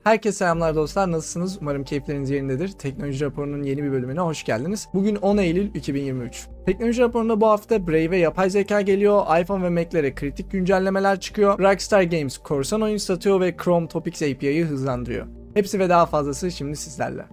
Herkese selamlar dostlar, nasılsınız? Umarım keyifleriniz yerindedir. Teknoloji Raporu'nun yeni bir bölümüne hoş geldiniz. Bugün 10 Eylül 2023. Teknoloji Raporu'nda bu hafta Brave ve yapay zeka geliyor, iPhone ve Mac'lere kritik güncellemeler çıkıyor, Rockstar Games korsan oyun satıyor ve Chrome Topics API'yi hızlandırıyor. Hepsi ve daha fazlası şimdi sizlerle.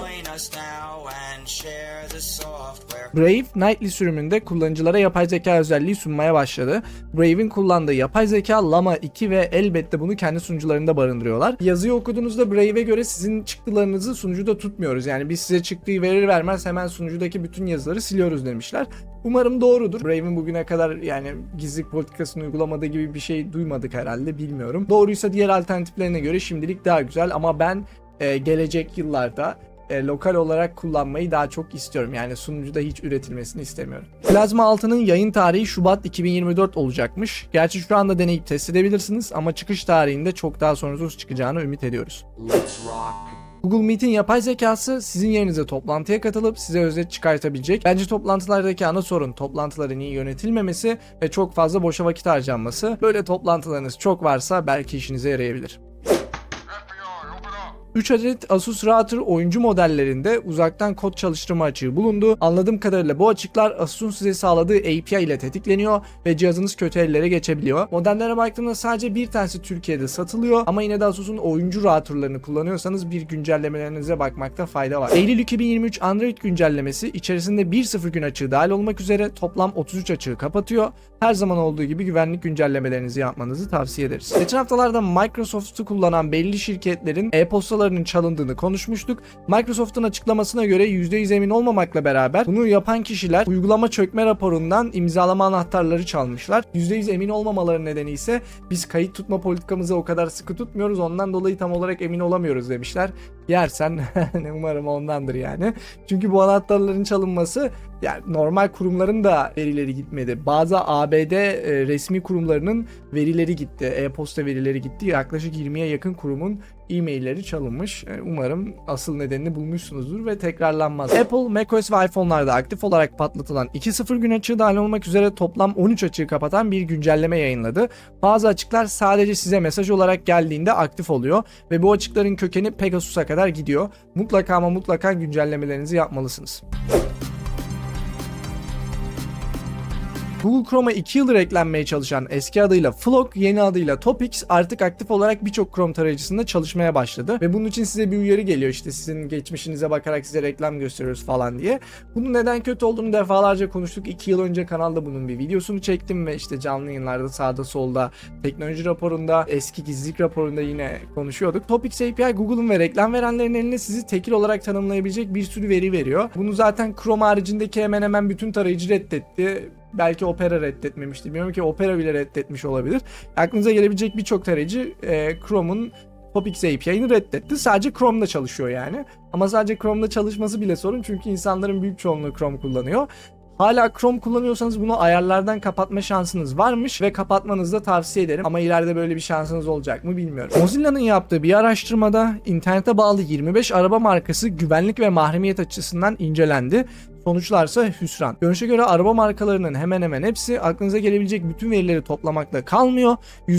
Brave, Nightly sürümünde kullanıcılara yapay zeka özelliği sunmaya başladı. Brave'in kullandığı yapay zeka Llama 2 ve elbette bunu kendi sunucularında barındırıyorlar. Yazıyı okuduğunuzda Brave'e göre sizin çıktılarınızı sunucuda tutmuyoruz. Yani biz size çıktığı verir vermez hemen sunucudaki bütün yazıları siliyoruz demişler. Umarım doğrudur. Brave'in bugüne kadar gizlilik politikasını uygulamadığı gibi bir şey duymadık herhalde, bilmiyorum. Doğruysa diğer alternatiflerine göre şimdilik daha güzel ama ben gelecek yıllarda lokal olarak kullanmayı daha çok istiyorum. Yani sunucuda hiç üretilmesini istemiyorum. Plazma 6'nın yayın tarihi Şubat 2024 olacakmış. Gerçi şu anda deneyip test edebilirsiniz ama çıkış tarihinde çok daha sorunsuz çıkacağını ümit ediyoruz. Google Meet'in yapay zekası sizin yerinize toplantıya katılıp size özet çıkartabilecek. Bence toplantılardaki ana sorun toplantıların iyi yönetilmemesi ve çok fazla boşa vakit harcanması. Böyle toplantılarınız çok varsa belki işinize yarayabilir. 3 adet Asus Router oyuncu modellerinde uzaktan kod çalıştırma açığı bulundu. Anladığım kadarıyla bu açıklar Asus'un size sağladığı API ile tetikleniyor ve cihazınız kötü ellere geçebiliyor. Modellere baktığımda sadece bir tanesi Türkiye'de satılıyor ama yine de Asus'un oyuncu routerlarını kullanıyorsanız bir güncellemelerinize bakmakta fayda var. Eylül 2023 Android güncellemesi içerisinde 1.0 gün açığı dahil olmak üzere toplam 33 açığı kapatıyor. Her zaman olduğu gibi güvenlik güncellemelerinizi yapmanızı tavsiye ederiz. Geçen haftalarda Microsoft'u kullanan belli şirketlerin e-postalarının çalındığını konuşmuştuk. Microsoft'un açıklamasına göre %100 emin olmamakla beraber bunu yapan kişiler uygulama çökme raporundan imzalama anahtarları çalmışlar. %100 emin olmamaları nedeni ise biz kayıt tutma politikamızı o kadar sıkı tutmuyoruz, ondan dolayı tam olarak emin olamıyoruz demişler. Yersen umarım ondandır yani. Çünkü bu anahtarların çalınması yani normal kurumların da verileri gitmedi. Bazı ABD resmi kurumlarının verileri gitti. E-posta verileri gitti. Yaklaşık 20'ye yakın kurumun e-mailleri çalınmış. Umarım asıl nedenini bulmuşsunuzdur ve tekrarlanmaz. Apple, macOS ve iPhone'larda aktif olarak patlatılan 2.0 gün açığı dahil olmak üzere toplam 13 açığı kapatan bir güncelleme yayınladı. Bazı açıklar sadece size mesaj olarak geldiğinde aktif oluyor ve bu açıkların kökeni Pegasus'a kadar gidiyor. Mutlaka ama mutlaka güncellemelerinizi yapmalısınız. Google Chrome'a 2 yıldır eklenmeye çalışan eski adıyla Flock, yeni adıyla Topics artık aktif olarak birçok Chrome tarayıcısında çalışmaya başladı. Ve bunun için size bir uyarı geliyor, işte sizin geçmişinize bakarak size reklam gösteriyoruz falan diye. Bunun neden kötü olduğunu defalarca konuştuk. 2 yıl önce kanalda bunun bir videosunu çektim ve işte canlı yayınlarda sağda solda, teknoloji raporunda, eski gizlilik raporunda yine konuşuyorduk. Topics API Google'un ve reklam verenlerin eline sizi tekil olarak tanımlayabilecek bir sürü veri veriyor. Bunu zaten Chrome haricindeki hemen hemen bütün tarayıcı reddetti. Belki Opera reddetmemişti. Bilmiyorum ki Opera bile reddetmiş olabilir. Aklınıza gelebilecek birçok tarayıcı Chrome'un Topics API'ını reddetti. Sadece Chrome'da çalışıyor yani. Ama sadece Chrome'da çalışması bile sorun çünkü insanların büyük çoğunluğu Chrome kullanıyor. Hala Chrome kullanıyorsanız bunu ayarlardan kapatma şansınız varmış ve kapatmanızı da tavsiye ederim. Ama ileride böyle bir şansınız olacak mı bilmiyorum. Mozilla'nın yaptığı bir araştırmada internete bağlı 25 araba markası güvenlik ve mahremiyet açısından incelendi. Sonuçlarsa hüsran. Görünüşe göre araba markalarının hemen hemen hepsi aklınıza gelebilecek bütün verileri toplamakla kalmıyor.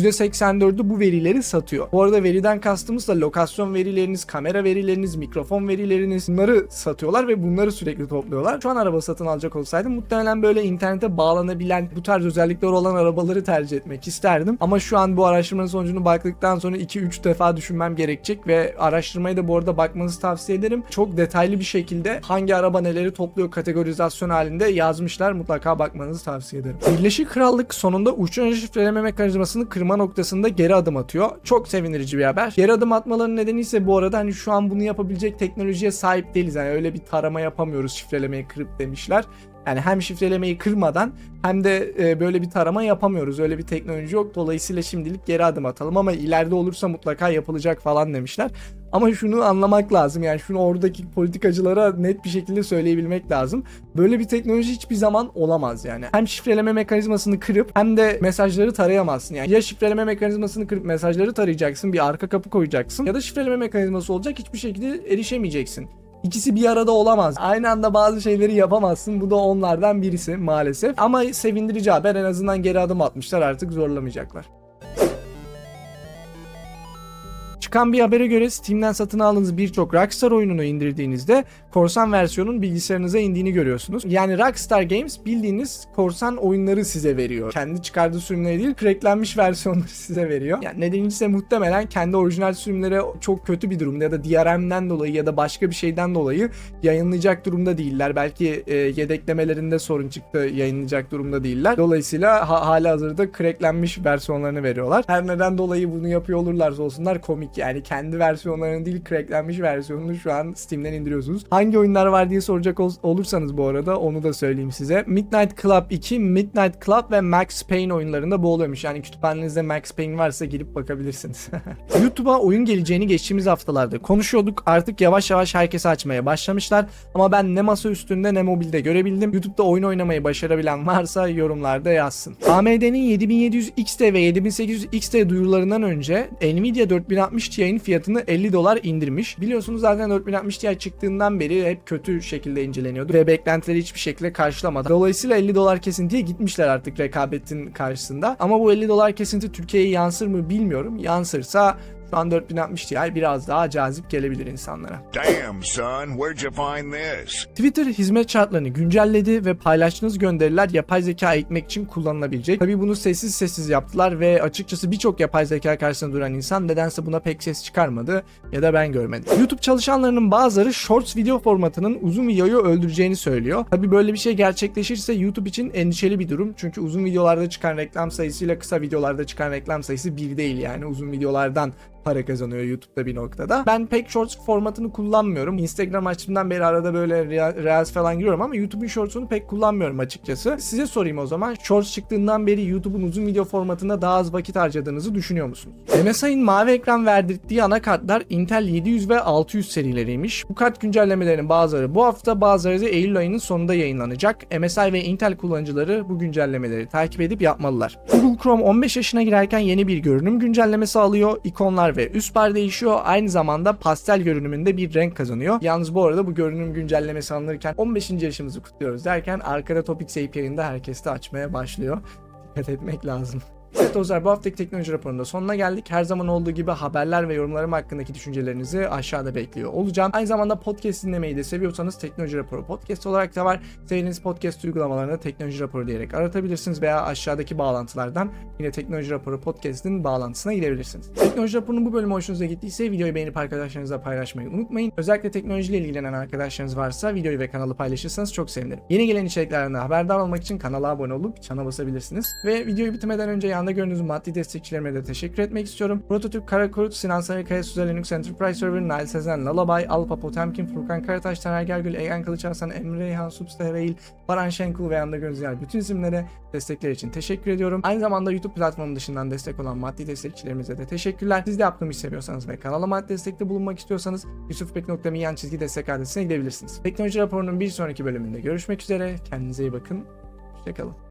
%84'ü bu verileri satıyor. Bu arada veriden kastımız da lokasyon verileriniz, kamera verileriniz, mikrofon verileriniz, bunları satıyorlar ve bunları sürekli topluyorlar. Şu an araba satın alacak olsaydım muhtemelen böyle internete bağlanabilen bu tarz özellikleri olan arabaları tercih etmek isterdim. Ama şu an bu araştırmanın sonucunu baktıktan sonra 2-3 defa düşünmem gerekecek ve araştırmayı da bu arada bakmanızı tavsiye ederim. Çok detaylı bir şekilde hangi araba neleri topluyor kategorizasyon halinde yazmışlar. Mutlaka bakmanızı tavsiye ederim. Birleşik Krallık sonunda uçtan şifreleme mekanizmasını kırma noktasında geri adım atıyor. Çok sevindirici bir haber. Geri adım atmalarının nedeni ise bu arada şu an bunu yapabilecek teknolojiye sahip değiliz. Yani öyle bir tarama yapamıyoruz şifrelemeyi kırıp demişler. Yani hem şifrelemeyi kırmadan hem de böyle bir tarama yapamıyoruz. Öyle bir teknoloji yok. Dolayısıyla şimdilik geri adım atalım ama ileride olursa mutlaka yapılacak falan demişler. Ama şunu anlamak lazım, yani şunu oradaki politikacılara net bir şekilde söyleyebilmek lazım. Böyle bir teknoloji hiçbir zaman olamaz yani. Hem şifreleme mekanizmasını kırıp hem de mesajları tarayamazsın. Yani ya şifreleme mekanizmasını kırıp mesajları tarayacaksın, bir arka kapı koyacaksın ya da şifreleme mekanizması olacak, hiçbir şekilde erişemeyeceksin. İkisi bir arada olamaz. Aynı anda bazı şeyleri yapamazsın. Bu da onlardan birisi maalesef. Ama sevindirici haber, en azından geri adım atmışlar, artık zorlamayacaklar. Çıkan bir habere göre Steam'den satın aldığınız birçok Rockstar oyununu indirdiğinizde korsan versiyonun bilgisayarınıza indiğini görüyorsunuz. Yani Rockstar Games bildiğiniz korsan oyunları size veriyor. Kendi çıkardığı sürümleri değil, cracklenmiş versiyonları size veriyor. Yani nedeni ise muhtemelen kendi orijinal sürümleri çok kötü bir durumda ya da DRM'den dolayı ya da başka bir şeyden dolayı yayınlayacak durumda değiller. Belki yedeklemelerinde sorun çıktı, yayınlayacak durumda değiller. Dolayısıyla hala hazırda cracklenmiş versiyonlarını veriyorlar. Her neden dolayı bunu yapıyor olurlarsa olsunlar komik. Yani kendi versiyonlarını değil, cracklenmiş versiyonunu şu an Steam'den indiriyorsunuz. Hangi oyunlar var diye soracak olursanız bu arada onu da söyleyeyim size. Midnight Club 2, Midnight Club ve Max Payne oyunlarında bu oluyormuş. Yani kütüphanenizde Max Payne varsa girip bakabilirsiniz. YouTube'a oyun geleceğini geçtiğimiz haftalarda konuşuyorduk. Artık yavaş yavaş herkes açmaya başlamışlar. Ama ben ne masa üstünde ne mobilde görebildim. YouTube'da oyun oynamayı başarabilen varsa yorumlarda yazsın. AMD'nin 7700 XT ve 7800 XT duyurularından önce Nvidia 4060 Ti'nin fiyatını $50 indirmiş. Biliyorsunuz zaten 4060 Ti çıktığından beri hep kötü şekilde inceleniyordu ve beklentileri hiçbir şekilde karşılamadı. Dolayısıyla $50 kesintiye gitmişler artık rekabetin karşısında. Ama bu $50 kesinti Türkiye'ye yansır mı bilmiyorum. Yansırsa şu an 4060 Ti biraz daha cazip gelebilir insanlara. Damn son, where'd you find this? Twitter hizmet şartlarını güncelledi ve paylaştığınız gönderiler yapay zeka eğitmek için kullanılabilecek. Tabii bunu sessiz sessiz yaptılar ve açıkçası birçok yapay zeka karşısında duran insan nedense buna pek ses çıkarmadı ya da ben görmedim. YouTube çalışanlarının bazıları Shorts video formatının uzun videoyu öldüreceğini söylüyor. Tabii böyle bir şey gerçekleşirse YouTube için endişeli bir durum. Çünkü uzun videolarda çıkan reklam sayısıyla kısa videolarda çıkan reklam sayısı bir değil yani. Uzun videolardan para kazanıyor YouTube'da bir noktada. Ben pek Shorts formatını kullanmıyorum. Instagram açtığımdan beri arada böyle Reels falan giriyorum ama YouTube'un Shorts'unu pek kullanmıyorum açıkçası. Size sorayım o zaman. Shorts çıktığından beri YouTube'un uzun video formatında daha az vakit harcadığınızı düşünüyor musunuz? MSI'nin mavi ekran verdirttiği anakartlar Intel 700 ve 600 serileriymiş. Bu kart güncellemelerinin bazıları bu hafta, bazıları da Eylül ayının sonunda yayınlanacak. MSI ve Intel kullanıcıları bu güncellemeleri takip edip yapmalılar. Google Chrome 15 yaşına girerken yeni bir görünüm güncellemesi alıyor. İkonlar ve üst bar değişiyor. Aynı zamanda pastel görünümünde bir renk kazanıyor. Yalnız bu arada bu görünüm güncellemesi alınırken 15. yaşımızı kutluyoruz derken arkada Topics API'inde herkes de açmaya başlıyor. Dikkat etmek lazım. Evet dostlar, bu haftaki teknoloji raporunda sonuna geldik. Her zaman olduğu gibi haberler ve yorumlarım hakkındaki düşüncelerinizi aşağıda bekliyor olacağım. Aynı zamanda podcast dinlemeyi de seviyorsanız Teknoloji Raporu podcast olarak da var. Sevdiğiniz podcast uygulamalarında Teknoloji Raporu diyerek aratabilirsiniz veya aşağıdaki bağlantılardan yine Teknoloji Raporu podcast'in bağlantısına gidebilirsiniz. Teknoloji Raporu'nun bu bölümü hoşunuza gittiyse videoyu beğenip arkadaşlarınızla paylaşmayı unutmayın. Özellikle teknolojiyle ilgilenen arkadaşlarınız varsa videoyu ve kanalı paylaşırsanız çok sevinirim. Yeni gelen içeriklerden haberdar olmak için kanala abone olup çana basabilirsiniz. Ve videoyu bitirmeden önce yanında gördüğünüz maddi destekçilerime de teşekkür etmek istiyorum. Prototürk, Karakurt, Sinan Sarıkaya, Suzel Linux Enterprise Server, Nail Sezen, Lullaby, Alpa Potemkin, Furkan Karataş, Taner Gergül, Egen Kılıçarslan, Emre İlhan, Substareil, Baran Şenkul ve yanında gördüğünüz diğer bütün isimlere destekler için teşekkür ediyorum. Aynı zamanda YouTube platformu dışından destek olan maddi destekçilerimize de teşekkürler. Siz de yaptığımı işi seviyorsanız ve kanala maddi destekte bulunmak istiyorsanız yusufbek.me/destek adresine gidebilirsiniz. Teknoloji raporunun bir sonraki bölümünde görüşmek üzere. Kendinize iyi bakın. Hoşçakalın.